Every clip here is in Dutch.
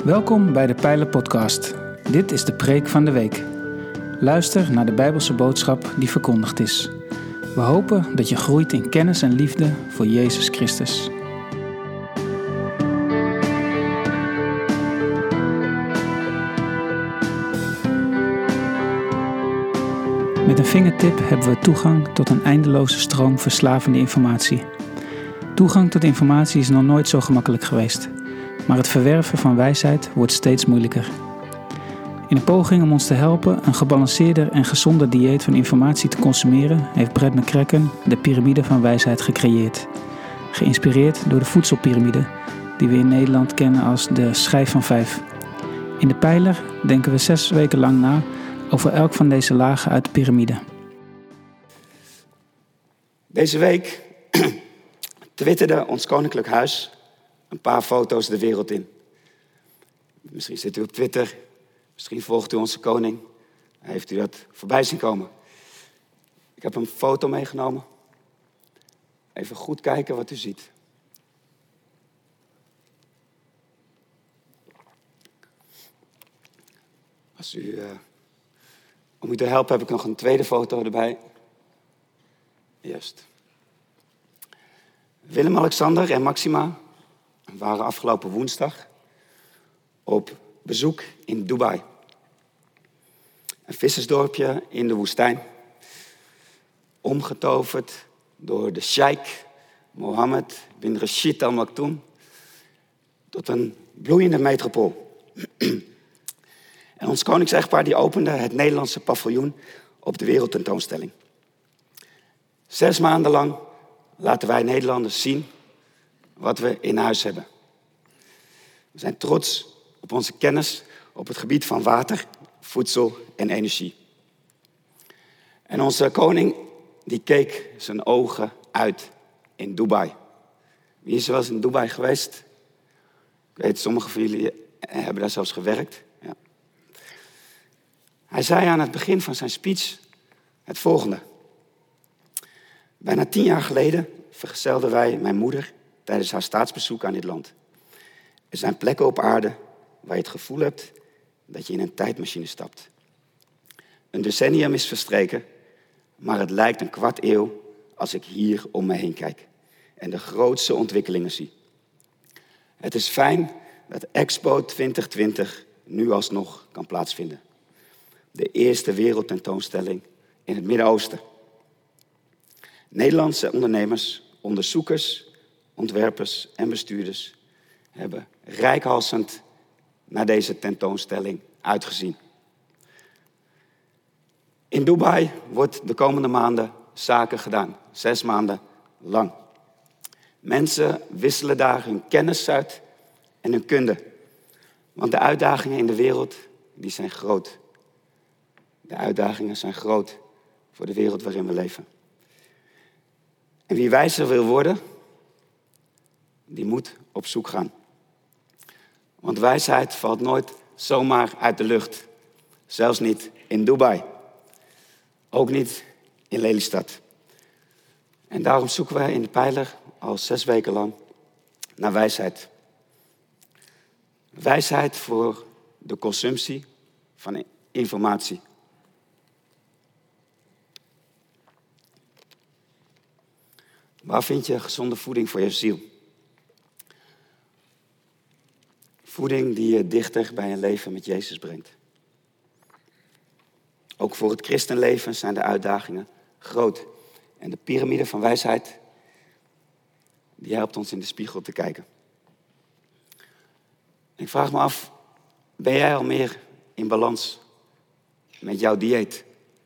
Welkom bij de Pijler Podcast. Dit is de preek van de week. Luister naar de Bijbelse boodschap die verkondigd is. We hopen dat je groeit in kennis en liefde voor Jezus Christus. Met een vingertip hebben we toegang tot een eindeloze stroom verslavende informatie. Toegang tot informatie is nog nooit zo gemakkelijk geweest. Maar het verwerven van wijsheid wordt steeds moeilijker. In een poging om ons te helpen een gebalanceerder en gezonder dieet van informatie te consumeren, heeft Brett McCracken de piramide van wijsheid gecreëerd. Geïnspireerd door de voedselpiramide, die we in Nederland kennen als de schijf van 5. In de Pijler denken we 6 weken lang na over elk van deze lagen uit de piramide. Deze week twitterde ons Koninklijk Huis een paar foto's de wereld in. Misschien zit u op Twitter, misschien volgt u onze koning. Heeft u dat voorbij zien komen. Ik heb een foto meegenomen. Even goed kijken wat u ziet. Om u te helpen heb ik nog een tweede foto erbij. Juist. Willem-Alexander en Maxima waren afgelopen woensdag op bezoek in Dubai. Een vissersdorpje in de woestijn. Omgetoverd door de sheikh Mohammed bin Rashid Al Maktoum tot een bloeiende metropool. En ons koningsechtpaar die opende het Nederlandse paviljoen op de wereldtentoonstelling. 6 maanden lang laten wij Nederlanders zien wat we in huis hebben. We zijn trots op onze kennis op het gebied van water, voedsel en energie. En onze koning die keek zijn ogen uit in Dubai. Wie is er wel eens in Dubai geweest? Ik weet, sommigen van jullie hebben daar zelfs gewerkt. Ja. Hij zei aan het begin van zijn speech het volgende. Bijna 10 jaar geleden vergezelden wij mijn moeder tijdens haar staatsbezoek aan dit land. Er zijn plekken op aarde waar je het gevoel hebt dat je in een tijdmachine stapt. Een decennium is verstreken, maar het lijkt een kwart eeuw als ik hier om me heen kijk en de grootste ontwikkelingen zie. Het is fijn dat Expo 2020 nu alsnog kan plaatsvinden. De eerste wereldtentoonstelling in het Midden-Oosten. Nederlandse ondernemers, onderzoekers, ontwerpers en bestuurders hebben reikhalzend naar deze tentoonstelling uitgezien. In Dubai wordt de komende maanden zaken gedaan, 6 maanden lang. Mensen wisselen daar hun kennis uit en hun kunde. Want de uitdagingen in de wereld, die zijn groot. De uitdagingen zijn groot voor de wereld waarin we leven. En wie wijzer wil worden, die moet op zoek gaan. Want wijsheid valt nooit zomaar uit de lucht. Zelfs niet in Dubai. Ook niet in Lelystad. En daarom zoeken wij in de Pijler al 6 weken lang naar wijsheid. Wijsheid voor de consumptie van informatie. Waar vind je gezonde voeding voor je ziel? Voeding die je dichter bij een leven met Jezus brengt. Ook voor het christenleven zijn de uitdagingen groot. En de piramide van wijsheid, die helpt ons in de spiegel te kijken. Ik vraag me af, ben jij al meer in balans met jouw dieet?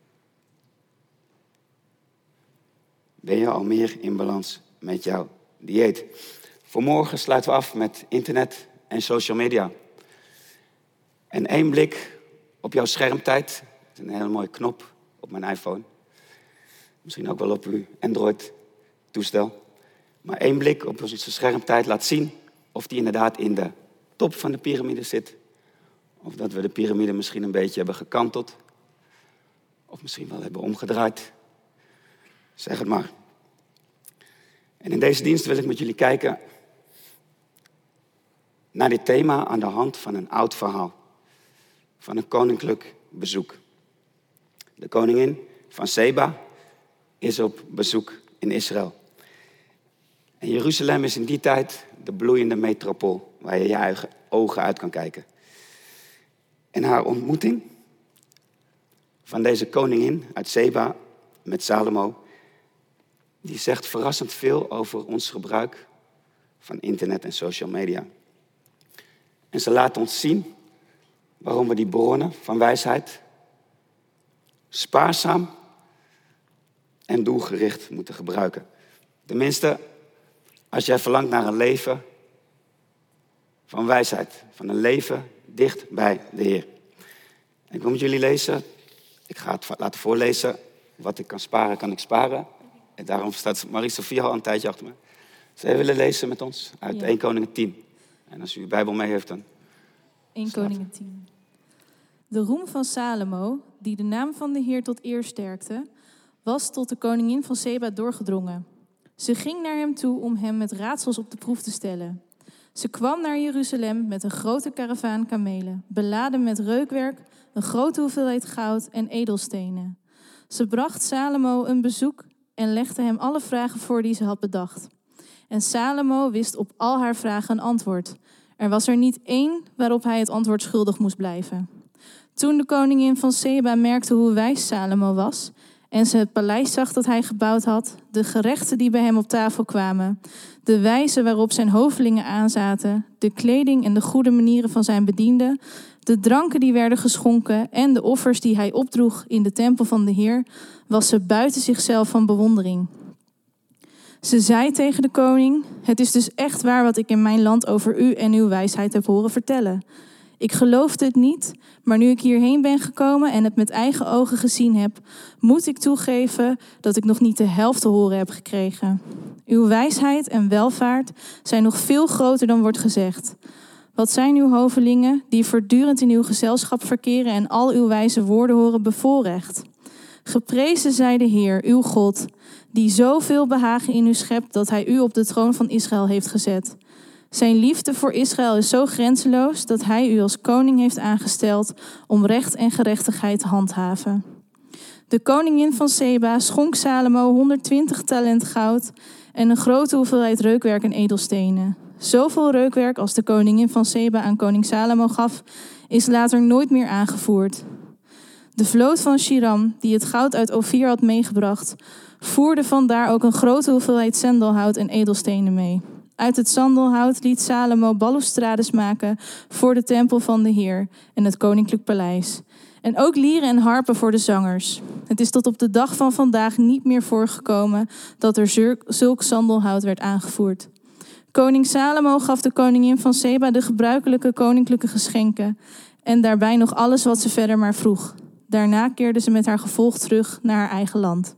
Ben je al meer in balans met jouw dieet? Vanmorgen sluiten we af met internet en social media. En 1 blik op jouw schermtijd. Dat is een hele mooie knop op mijn iPhone. Misschien ook wel op uw Android-toestel. Maar 1 blik op onze schermtijd laat zien of die inderdaad in de top van de piramide zit. Of dat we de piramide misschien een beetje hebben gekanteld. Of misschien wel hebben omgedraaid. Zeg het maar. En in deze dienst wil ik met jullie kijken naar dit thema aan de hand van een oud verhaal. Van een koninklijk bezoek. De koningin van Seba is op bezoek in Israël. En Jeruzalem is in die tijd de bloeiende metropool waar je je eigen ogen uit kan kijken. En haar ontmoeting van deze koningin uit Seba met Salomo, die zegt verrassend veel over ons gebruik van internet en social media. En ze laat ons zien waarom we die bronnen van wijsheid spaarzaam en doelgericht moeten gebruiken. Tenminste, als jij verlangt naar een leven van wijsheid, van een leven dicht bij de Heer. En ik wil met jullie lezen, ik ga het laten voorlezen, wat ik kan sparen, kan ik sparen. En daarom staat Marie-Sophie al een tijdje achter me. Zij willen lezen met ons uit 1 Koningen 10. En als u uw Bijbel mee heeft, dan 1 Koningen 10. De roem van Salomo, die de naam van de Heer tot eer sterkte, was tot de koningin van Seba doorgedrongen. Ze ging naar hem toe om hem met raadsels op de proef te stellen. Ze kwam naar Jeruzalem met een grote karavaan kamelen, beladen met reukwerk, een grote hoeveelheid goud en edelstenen. Ze bracht Salomo een bezoek en legde hem alle vragen voor die ze had bedacht. En Salomo wist op al haar vragen een antwoord. Er was er niet één waarop hij het antwoord schuldig moest blijven. Toen de koningin van Seba merkte hoe wijs Salomo was en ze het paleis zag dat hij gebouwd had, de gerechten die bij hem op tafel kwamen, de wijze waarop zijn hovelingen aanzaten, de kleding en de goede manieren van zijn bedienden, de dranken die werden geschonken en de offers die hij opdroeg in de tempel van de Heer, was ze buiten zichzelf van bewondering. Ze zei tegen de koning: het is dus echt waar wat ik in mijn land over u en uw wijsheid heb horen vertellen. Ik geloofde het niet, maar nu ik hierheen ben gekomen en het met eigen ogen gezien heb, moet ik toegeven dat ik nog niet de helft te horen heb gekregen. Uw wijsheid en welvaart zijn nog veel groter dan wordt gezegd. Wat zijn uw hovelingen die voortdurend in uw gezelschap verkeren en al uw wijze woorden horen bevoorrecht? Geprezen zij de Heer, uw God, die zoveel behagen in u schept dat hij u op de troon van Israël heeft gezet. Zijn liefde voor Israël is zo grenzeloos dat hij u als koning heeft aangesteld om recht en gerechtigheid te handhaven. De koningin van Seba schonk Salomo 120 talent goud en een grote hoeveelheid reukwerk en edelstenen. Zoveel reukwerk als de koningin van Seba aan koning Salomo gaf, is later nooit meer aangevoerd. De vloot van Shiram, die het goud uit Ofir had meegebracht, voerde vandaar ook een grote hoeveelheid sandelhout en edelstenen mee. Uit het sandelhout liet Salomo balustrades maken voor de tempel van de Heer en het koninklijk paleis. En ook lieren en harpen voor de zangers. Het is tot op de dag van vandaag niet meer voorgekomen dat er zulk sandelhout werd aangevoerd. Koning Salomo gaf de koningin van Seba de gebruikelijke koninklijke geschenken en daarbij nog alles wat ze verder maar vroeg. Daarna keerde ze met haar gevolg terug naar haar eigen land.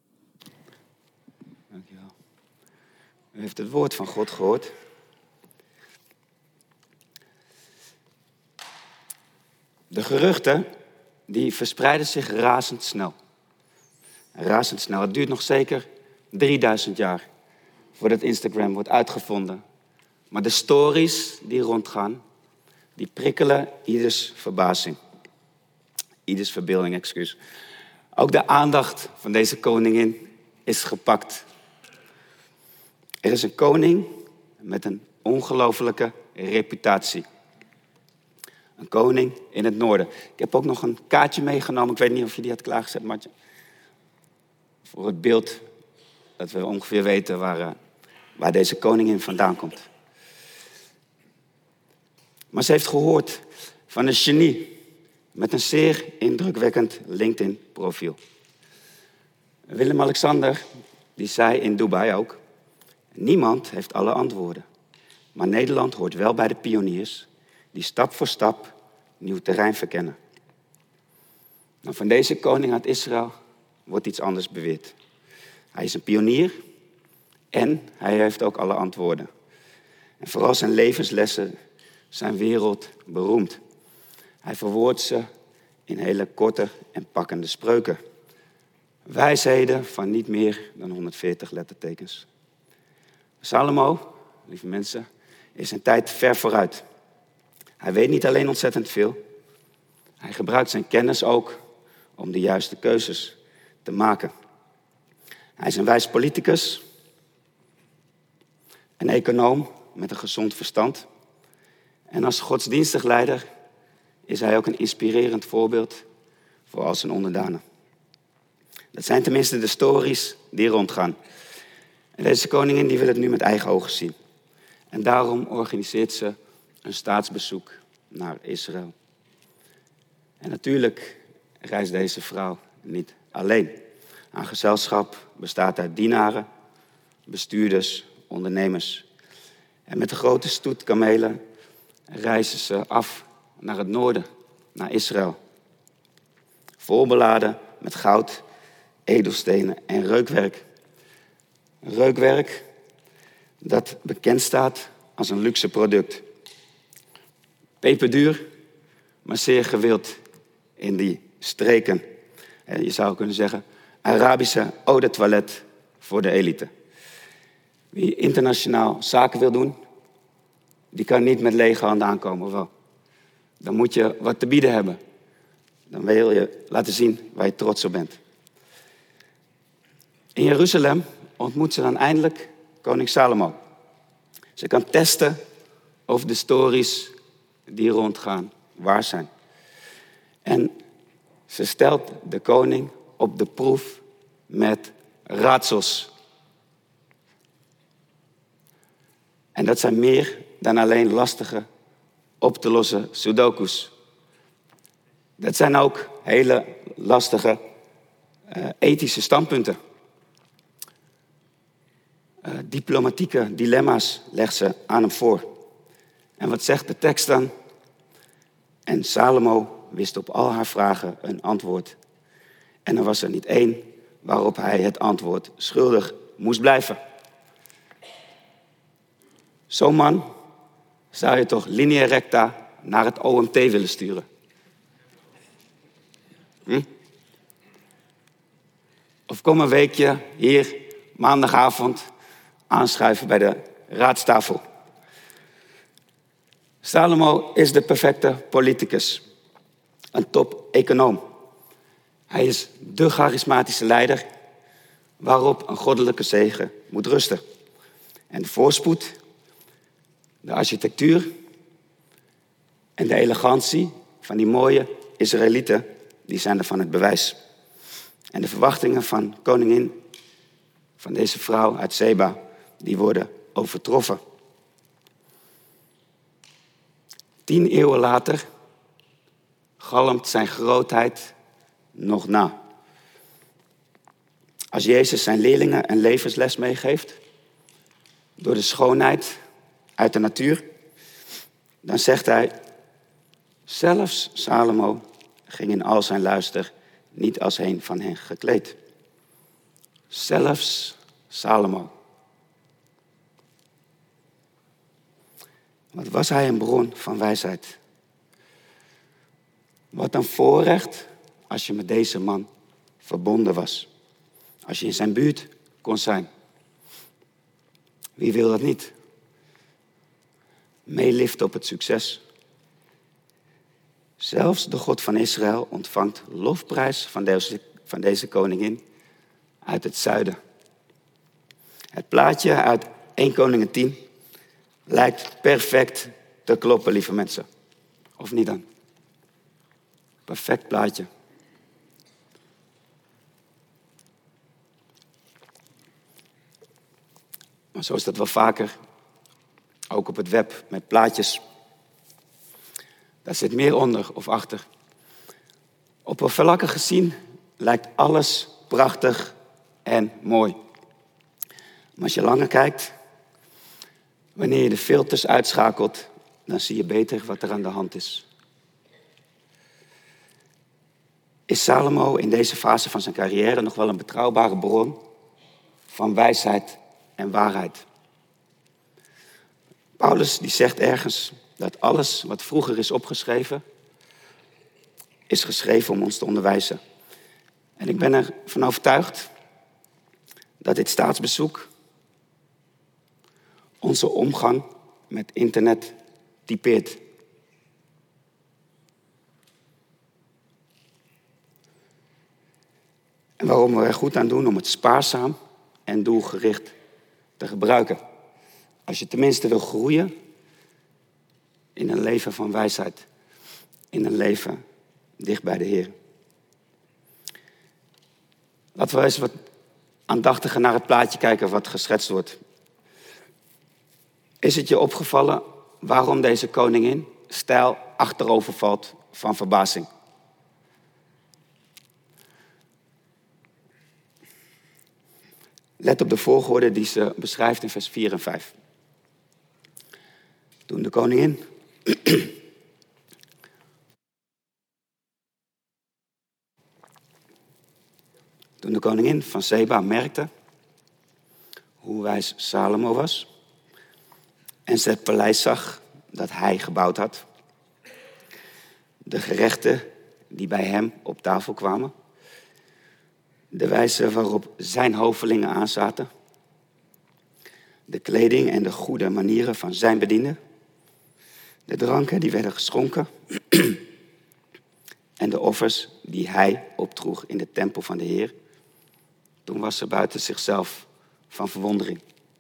Dankjewel. U heeft het woord van God gehoord. De geruchten die verspreiden zich razendsnel. Razendsnel. Het duurt nog zeker 3000 jaar voordat Instagram wordt uitgevonden. Maar de stories die rondgaan, die prikkelen ieders verbazing. Ieders verbeelding, excuus. Ook de aandacht van deze koningin is gepakt. Er is een koning met een ongelofelijke reputatie. Een koning in het noorden. Ik heb ook nog een kaartje meegenomen. Ik weet niet of je die had klaargezet, Martje. Voor het beeld dat we ongeveer weten waar deze koningin vandaan komt. Maar ze heeft gehoord van een genie met een zeer indrukwekkend LinkedIn-profiel. Willem-Alexander, die zei in Dubai ook: niemand heeft alle antwoorden. Maar Nederland hoort wel bij de pioniers die stap voor stap nieuw terrein verkennen. Nou, van deze koning uit Israël wordt iets anders beweerd. Hij is een pionier en hij heeft ook alle antwoorden. En vooral zijn levenslessen zijn wereldberoemd. Hij verwoordt ze in hele korte en pakkende spreuken. Wijsheden van niet meer dan 140 lettertekens. Salomo, lieve mensen, is zijn tijd ver vooruit. Hij weet niet alleen ontzettend veel. Hij gebruikt zijn kennis ook om de juiste keuzes te maken. Hij is een wijs politicus, een econoom met een gezond verstand. En als godsdienstig leider is hij ook een inspirerend voorbeeld voor al zijn onderdanen. Dat zijn tenminste de stories die rondgaan. En deze koningin die wil het nu met eigen ogen zien. En daarom organiseert ze een staatsbezoek naar Israël. En natuurlijk reist deze vrouw niet alleen. Haar gezelschap bestaat uit dienaren, bestuurders, ondernemers. En met een grote stoet kamelen reizen ze af naar het noorden, naar Israël. Volbeladen met goud, edelstenen en reukwerk. Reukwerk dat bekend staat als een luxe product. Peperduur, maar zeer gewild in die streken. En je zou kunnen zeggen, Arabische eau de toilette voor de elite. Wie internationaal zaken wil doen, die kan niet met lege handen aankomen, of wel? Dan moet je wat te bieden hebben. Dan wil je laten zien waar je trots op bent. In Jeruzalem ontmoet ze dan eindelijk koning Salomo. Ze kan testen of de stories die rondgaan waar zijn. En ze stelt de koning op de proef met raadsels. En dat zijn meer dan alleen lastige op te lossen sudokus. Dat zijn ook hele lastige ethische standpunten. Diplomatieke dilemma's legt ze aan hem voor. En wat zegt de tekst dan? En Salomo wist op al haar vragen een antwoord. En er was er niet één waarop hij het antwoord schuldig moest blijven. Zo'n man zou je toch linea recta naar het OMT willen sturen? Of kom een weekje hier maandagavond aanschuiven bij de raadstafel. Salomo is de perfecte politicus. Een top-econoom. Hij is de charismatische leider waarop een goddelijke zegen moet rusten. En de voorspoed, de architectuur en de elegantie van die mooie Israëlieten, die zijn ervan het bewijs. En de verwachtingen van koningin, van deze vrouw uit Seba, die worden overtroffen. 10 eeuwen later galmt zijn grootheid nog na. Als Jezus zijn leerlingen een levensles meegeeft, door de schoonheid uit de natuur, dan zegt hij, zelfs Salomo ging in al zijn luister niet als een van hen gekleed. Zelfs Salomo. Wat was hij een bron van wijsheid? Wat een voorrecht als je met deze man verbonden was. Als je in zijn buurt kon zijn. Wie wil dat niet? Meeliften op het succes. Zelfs de God van Israël ontvangt lofprijs van deze koningin uit het zuiden. Het plaatje uit 1 Koningen 10 lijkt perfect te kloppen, lieve mensen. Of niet dan? Perfect plaatje. Maar zo is dat wel vaker, ook op het web, met plaatjes. Daar zit meer onder of achter. Oppervlakkig gezien lijkt alles prachtig en mooi. Maar als je langer kijkt, wanneer je de filters uitschakelt, dan zie je beter wat er aan de hand is. Is Salomo in deze fase van zijn carrière nog wel een betrouwbare bron van wijsheid en waarheid? Paulus die zegt ergens dat alles wat vroeger is opgeschreven, is geschreven om ons te onderwijzen. En ik ben ervan overtuigd dat dit staatsbezoek onze omgang met internet typeert. En waarom we er goed aan doen om het spaarzaam en doelgericht te gebruiken. Als je tenminste wil groeien in een leven van wijsheid. In een leven dicht bij de Heer. Laten we eens wat aandachtiger naar het plaatje kijken wat geschetst wordt. Is het je opgevallen waarom deze koningin steil achterover valt van verbazing? Let op de volgorde die ze beschrijft in vers 4 en 5. Toen de koningin van Seba merkte hoe wijs Salomo was en ze het paleis zag dat hij gebouwd had, de gerechten die bij hem op tafel kwamen, de wijze waarop zijn hovelingen aanzaten, de kleding en de goede manieren van zijn bedienden, de dranken die werden geschonken en de offers die hij opdroeg in de tempel van de Heer. Toen was ze buiten zichzelf van verwondering.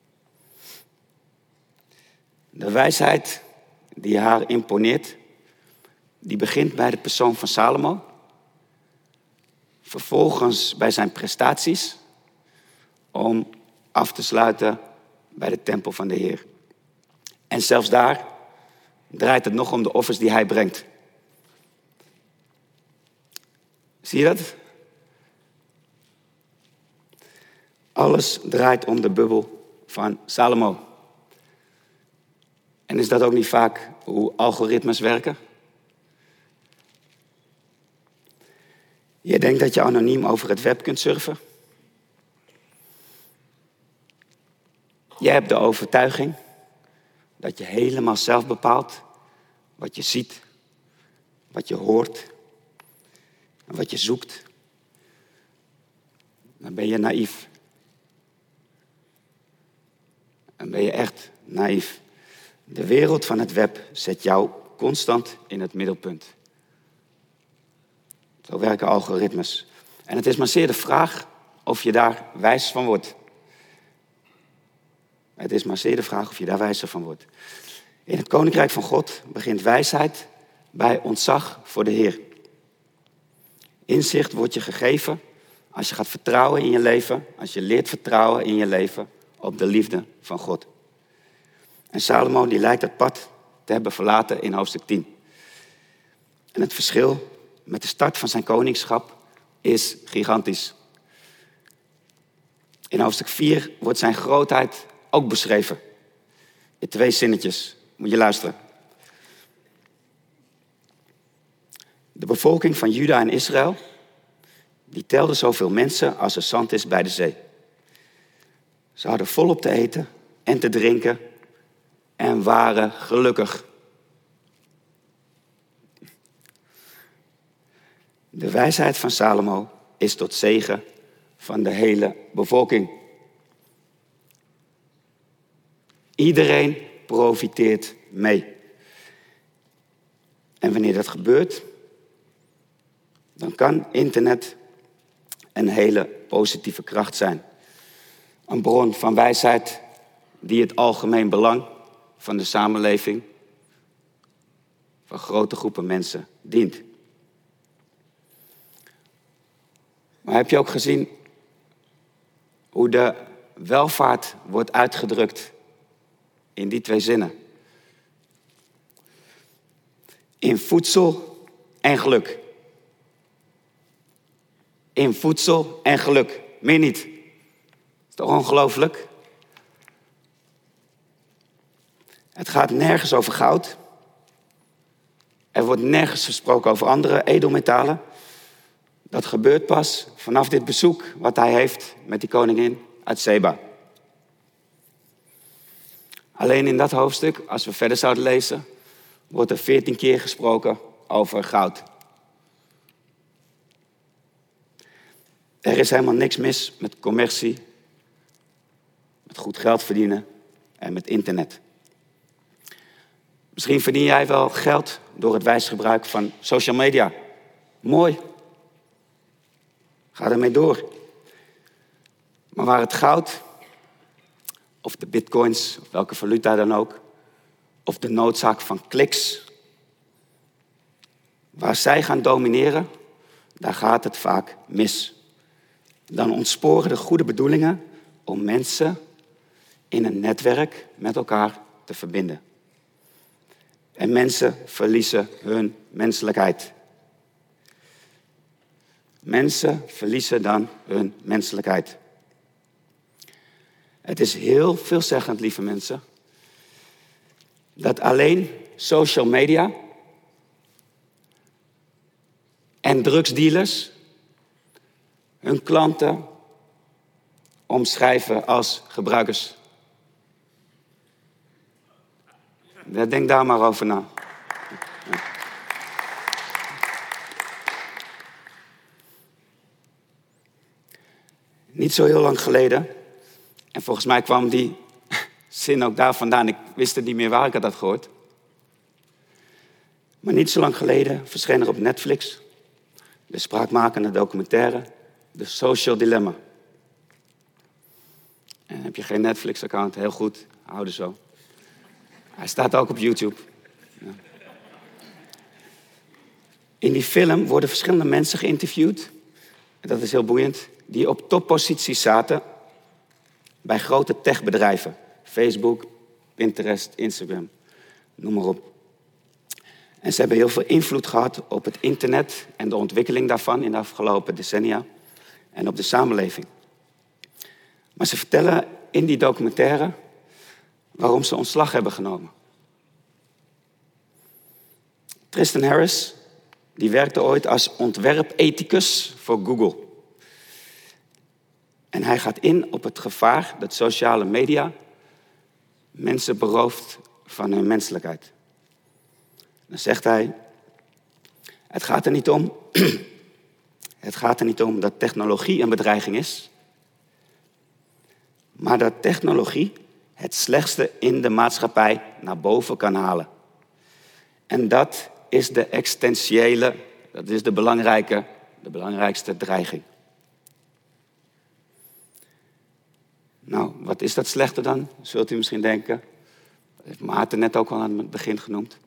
De wijsheid die haar imponeert, die begint bij de persoon van Salomo. Vervolgens bij zijn prestaties om af te sluiten bij de tempel van de Heer. En zelfs daar draait het nog om de offers die hij brengt. Zie je dat? Alles draait om de bubbel van Salomo. En is dat ook niet vaak hoe algoritmes werken? Je denkt dat je anoniem over het web kunt surfen. Je hebt de overtuiging dat je helemaal zelf bepaalt wat je ziet, wat je hoort en wat je zoekt. Dan ben je naïef. Dan ben je echt naïef. De wereld van het web zet jou constant in het middelpunt. Zo werken algoritmes. En het is maar zeer de vraag of je daar wijs van wordt. Het is maar zeer de vraag of je daar wijzer van wordt. In het Koninkrijk van God begint wijsheid bij ontzag voor de Heer. Inzicht wordt je gegeven als je gaat vertrouwen in je leven, als je leert vertrouwen in je leven op de liefde van God. En Salomo die lijkt het pad te hebben verlaten in hoofdstuk 10. En het verschil met de start van zijn koningschap is gigantisch. In hoofdstuk 4 wordt zijn grootheid ook beschreven. In 2 zinnetjes. Moet je luisteren. De bevolking van Juda en Israël, die telde zoveel mensen als er zand is bij de zee. Ze hadden volop te eten en te drinken en waren gelukkig. De wijsheid van Salomo is tot zegen van de hele bevolking. Iedereen profiteert mee. En wanneer dat gebeurt, dan kan internet een hele positieve kracht zijn. Een bron van wijsheid die het algemeen belang van de samenleving, van grote groepen mensen, dient. Maar heb je ook gezien hoe de welvaart wordt uitgedrukt in die 2 zinnen? In voedsel en geluk. In voedsel en geluk. Meer niet. Is toch ongelooflijk? Het gaat nergens over goud. Er wordt nergens gesproken over andere edelmetalen. Dat gebeurt pas vanaf dit bezoek wat hij heeft met die koningin uit Seba. Alleen in dat hoofdstuk, als we verder zouden lezen, wordt er 14 keer gesproken over goud. Er is helemaal niks mis met commercie, met goed geld verdienen en met internet. Misschien verdien jij wel geld door het wijs gebruik van social media. Mooi. Ga ermee door. Maar waar het goud, of de bitcoins, of welke valuta dan ook, of de noodzaak van kliks, waar zij gaan domineren, daar gaat het vaak mis. Dan ontsporen de goede bedoelingen om mensen in een netwerk met elkaar te verbinden. En mensen verliezen hun menselijkheid. Mensen verliezen dan hun menselijkheid. Het is heel veelzeggend, lieve mensen, dat alleen social media en drugsdealers hun klanten omschrijven als gebruikers. Denk daar maar over na. Niet zo heel lang geleden, en volgens mij kwam die zin ook daar vandaan, ik wist het niet meer waar ik het had gehoord. Maar niet zo lang geleden verscheen er op Netflix de spraakmakende documentaire The Social Dilemma. En heb je geen Netflix-account, heel goed, hou er zo. Hij staat ook op YouTube. Ja. In die film worden verschillende mensen geïnterviewd, en dat is heel boeiend, die op topposities zaten bij grote techbedrijven. Facebook, Pinterest, Instagram, noem maar op. En ze hebben heel veel invloed gehad op het internet en de ontwikkeling daarvan in de afgelopen decennia en op de samenleving. Maar ze vertellen in die documentaire waarom ze ontslag hebben genomen. Tristan Harris, die werkte ooit als ontwerpethicus voor Google. En hij gaat in op het gevaar dat sociale media mensen berooft van hun menselijkheid. Dan zegt hij, het gaat er niet om dat technologie een bedreiging is, maar dat technologie het slechtste in de maatschappij naar boven kan halen. En dat is de existentiële, dat is de belangrijkste dreiging. Nou, wat is dat slechte dan? Zult u misschien denken. Dat heeft Maarten net ook al aan het begin genoemd.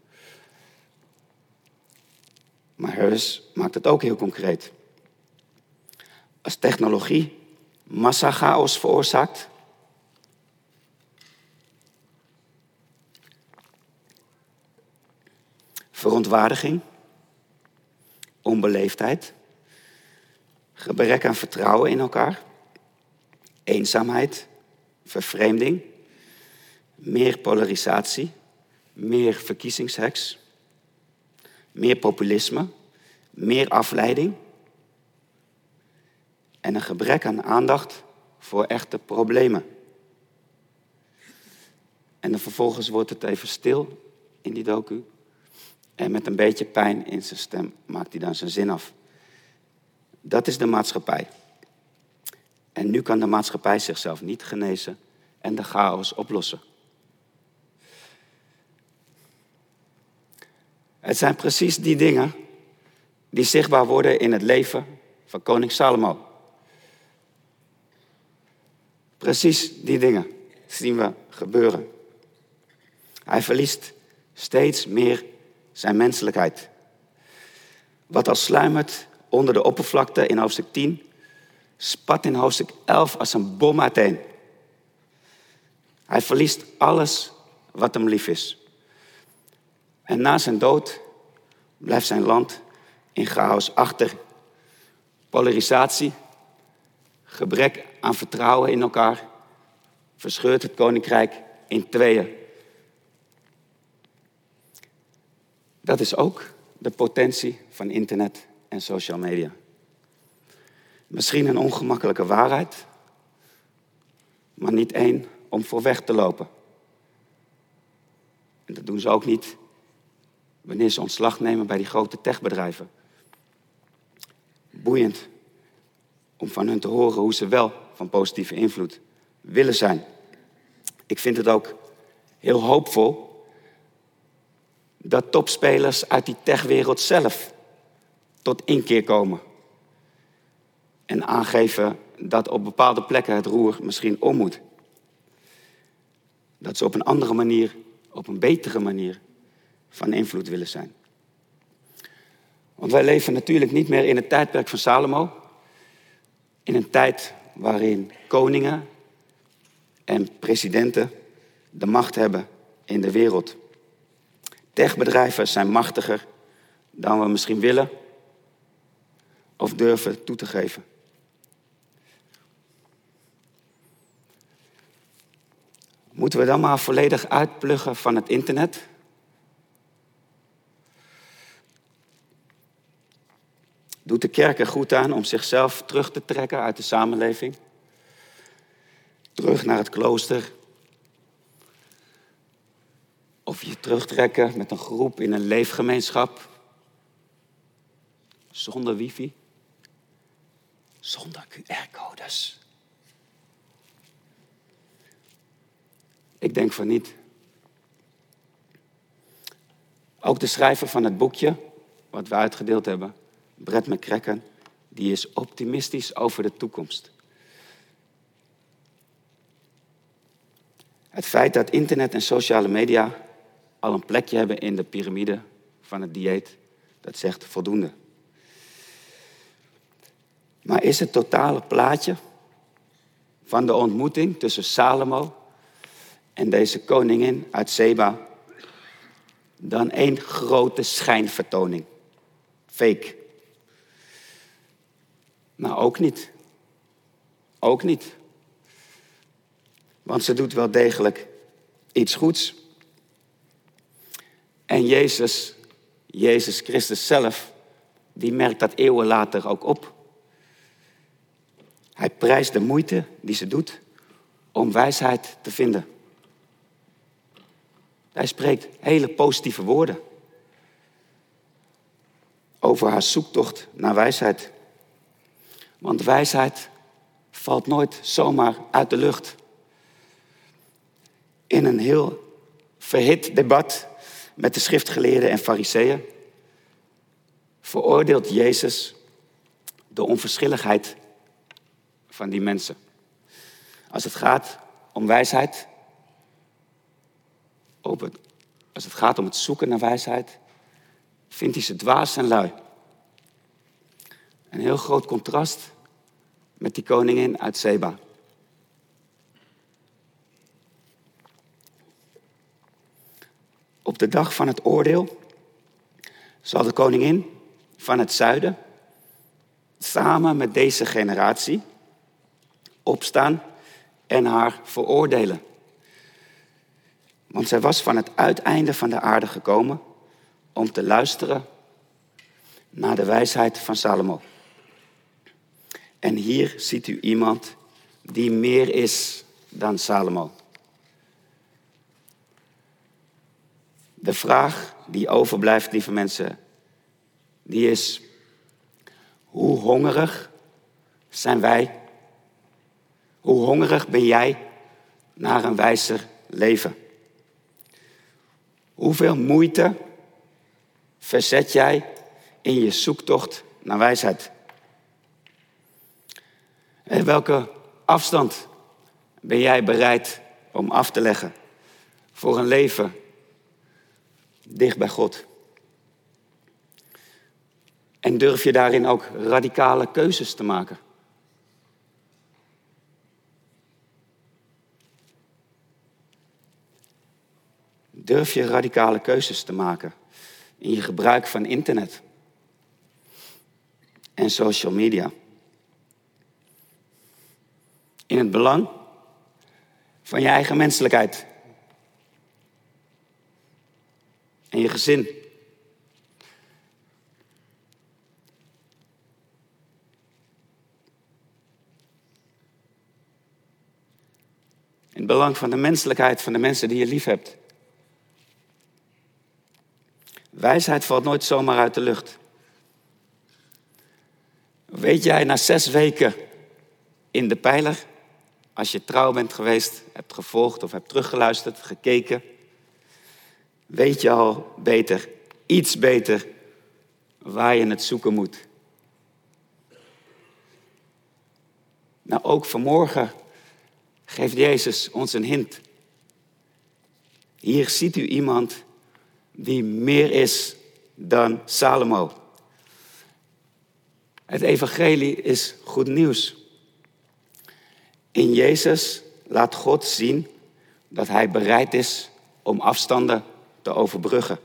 Maar Harris maakt het ook heel concreet. Als technologie massachaos veroorzaakt, verontwaardiging, onbeleefdheid, gebrek aan vertrouwen in elkaar, eenzaamheid, vervreemding, meer polarisatie, meer verkiezingsheks, meer populisme, meer afleiding en een gebrek aan aandacht voor echte problemen. En dan vervolgens wordt het even stil in die docu. En met een beetje pijn in zijn stem maakt hij dan zijn zin af. Dat is de maatschappij. En nu kan de maatschappij zichzelf niet genezen en de chaos oplossen. Het zijn precies die dingen die zichtbaar worden in het leven van koning Salomo. Precies die dingen zien we gebeuren. Hij verliest steeds meer zijn menselijkheid. Wat al sluimert onder de oppervlakte in hoofdstuk 10, spat in hoofdstuk 11 als een bom uiteen. Hij verliest alles wat hem lief is. En na zijn dood blijft zijn land in chaos achter. Polarisatie, gebrek aan vertrouwen in elkaar, verscheurt het koninkrijk in tweeën. Dat is ook de potentie van internet en social media. Misschien een ongemakkelijke waarheid, maar niet één om voor weg te lopen. En dat doen ze ook niet wanneer ze ontslag nemen bij die grote techbedrijven. Boeiend om van hun te horen hoe ze wel van positieve invloed willen zijn. Ik vind het ook heel hoopvol dat topspelers uit die techwereld zelf tot inkeer komen. En aangeven dat op bepaalde plekken het roer misschien om moet. Dat ze op een andere manier, op een betere manier van invloed willen zijn. Want wij leven natuurlijk niet meer in het tijdperk van Salomo. In een tijd waarin koningen en presidenten de macht hebben in de wereld. Techbedrijven zijn machtiger dan we misschien willen of durven toe te geven. Moeten we dan maar volledig uitpluggen van het internet? Doet de kerk er goed aan om zichzelf terug te trekken uit de samenleving? Terug naar het klooster? Of je terugtrekken met een groep in een leefgemeenschap? Zonder wifi? Zonder QR-codes? Ik denk van niet. Ook de schrijver van het boekje, wat we uitgedeeld hebben, Brett McCracken, die is optimistisch over de toekomst. Het feit dat internet en sociale media al een plekje hebben in de piramide van het dieet, dat zegt voldoende. Maar is het totale plaatje van de ontmoeting tussen Salomo en deze koningin uit Seba dan één grote schijnvertoning? Fake. Nou, ook niet. Ook niet. Want ze doet wel degelijk iets goeds. En Jezus Christus zelf, die merkt dat eeuwen later ook op. Hij prijst de moeite die ze doet om wijsheid te vinden. Hij spreekt hele positieve woorden over haar zoektocht naar wijsheid. Want wijsheid valt nooit zomaar uit de lucht. In een heel verhit debat met de schriftgeleerden en fariseeën veroordeelt Jezus de onverschilligheid van die mensen. Als het gaat om wijsheid, als het gaat om het zoeken naar wijsheid, vindt hij ze dwaas en lui. Een heel groot contrast met die koningin uit Seba. Op de dag van het oordeel zal de koningin van het zuiden samen met deze generatie opstaan en haar veroordelen. Want zij was van het uiteinde van de aarde gekomen om te luisteren naar de wijsheid van Salomo. En hier ziet u iemand die meer is dan Salomo. De vraag die overblijft, lieve mensen, die is: hoe hongerig zijn wij? Hoe hongerig ben jij naar een wijzer leven? Hoeveel moeite verzet jij in je zoektocht naar wijsheid? En welke afstand ben jij bereid om af te leggen voor een leven dicht bij God? En durf je daarin ook radicale keuzes te maken? Durf je radicale keuzes te maken in je gebruik van internet en social media? In het belang van je eigen menselijkheid en je gezin. In het belang van de menselijkheid van de mensen die je lief hebt. Wijsheid valt nooit zomaar uit de lucht. Weet jij na 6 weken in de pijler, als je trouw bent geweest, hebt gevolgd of hebt teruggeluisterd, gekeken, weet je al beter, iets beter, waar je het zoeken moet. Nou, ook vanmorgen geeft Jezus ons een hint. Hier ziet u iemand die meer is dan Salomo. Het evangelie is goed nieuws. In Jezus laat God zien dat hij bereid is om afstanden te overbruggen.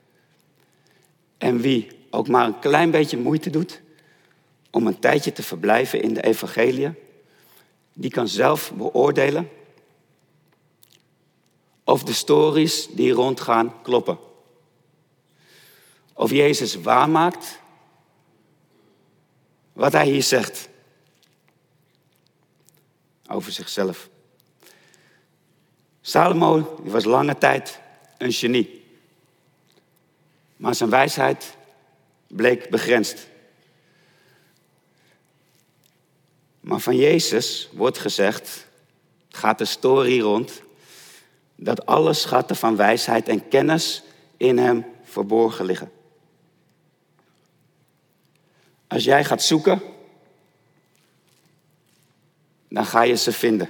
En wie ook maar een klein beetje moeite doet om een tijdje te verblijven in de evangelie, die kan zelf beoordelen of de stories die rondgaan kloppen. Of Jezus waarmaakt wat hij hier zegt over zichzelf. Salomo was lange tijd een genie. Maar zijn wijsheid bleek begrensd. Maar van Jezus wordt gezegd, gaat de story rond, dat alle schatten van wijsheid en kennis in hem verborgen liggen. Als jij gaat zoeken, dan ga je ze vinden.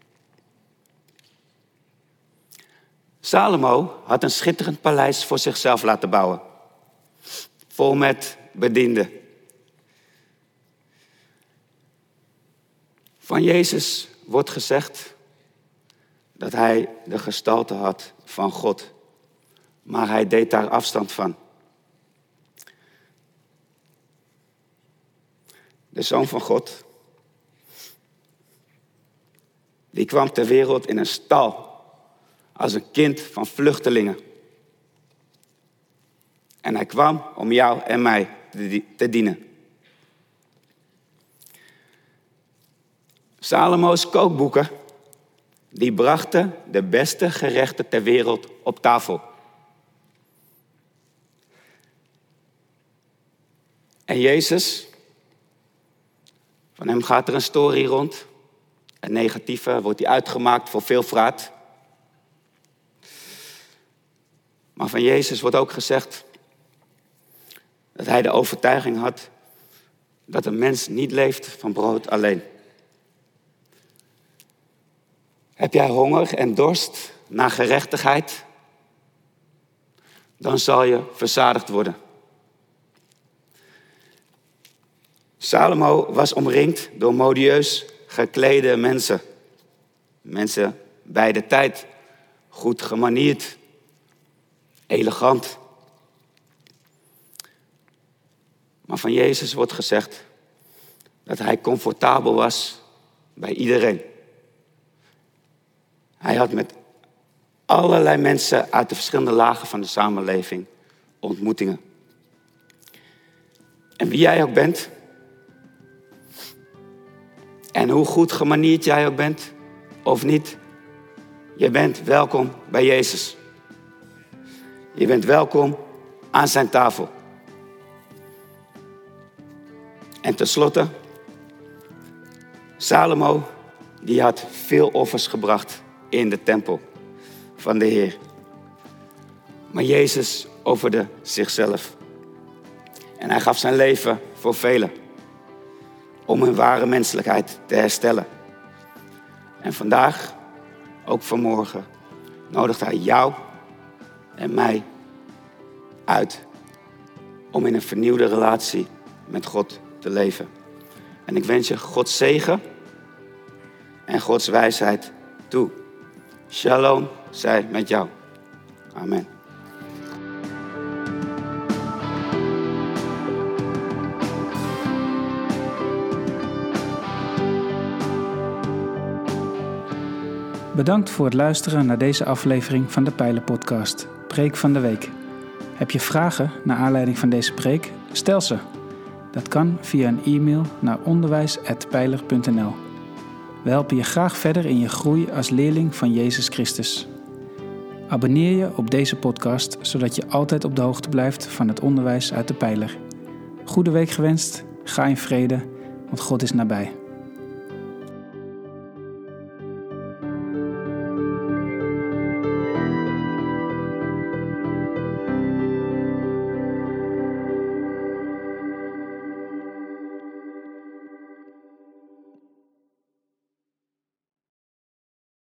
Salomo had een schitterend paleis voor zichzelf laten bouwen. Vol met bedienden. Van Jezus wordt gezegd dat hij de gestalte had van God. Maar hij deed daar afstand van. De Zoon van God, die kwam ter wereld in een stal als een kind van vluchtelingen. En hij kwam om jou en mij te dienen. Salomo's kookboeken, die brachten de beste gerechten ter wereld op tafel. En Jezus, van hem gaat er een story rond. Een negatieve wordt hij uitgemaakt voor veel vraat. Maar van Jezus wordt ook gezegd dat hij de overtuiging had dat een mens niet leeft van brood alleen. Heb jij honger en dorst naar gerechtigheid? Dan zal je verzadigd worden. Salomo was omringd door modieus geklede mensen. Mensen bij de tijd. Goed gemanierd. Elegant. Maar van Jezus wordt gezegd dat hij comfortabel was bij iedereen. Hij had met allerlei mensen uit de verschillende lagen van de samenleving ontmoetingen. En wie jij ook bent, en hoe goed gemanierd jij ook bent, of niet, je bent welkom bij Jezus. Je bent welkom aan zijn tafel. En tenslotte, Salomo, die had veel offers gebracht in de tempel van de Heer. Maar Jezus offerde zichzelf. En hij gaf zijn leven voor velen. Om hun ware menselijkheid te herstellen. En vandaag, ook vanmorgen, nodigt hij jou en mij uit om in een vernieuwde relatie met God te leven. En ik wens je Gods zegen en Gods wijsheid toe. Shalom zij met jou. Amen. Bedankt voor het luisteren naar deze aflevering van de Pijler-podcast, Preek van de Week. Heb je vragen naar aanleiding van deze preek? Stel ze. Dat kan via een e-mail naar onderwijs@pijler.nl. We helpen je graag verder in je groei als leerling van Jezus Christus. Abonneer je op deze podcast, zodat je altijd op de hoogte blijft van het onderwijs uit de Pijler. Goede week gewenst, ga in vrede, want God is nabij.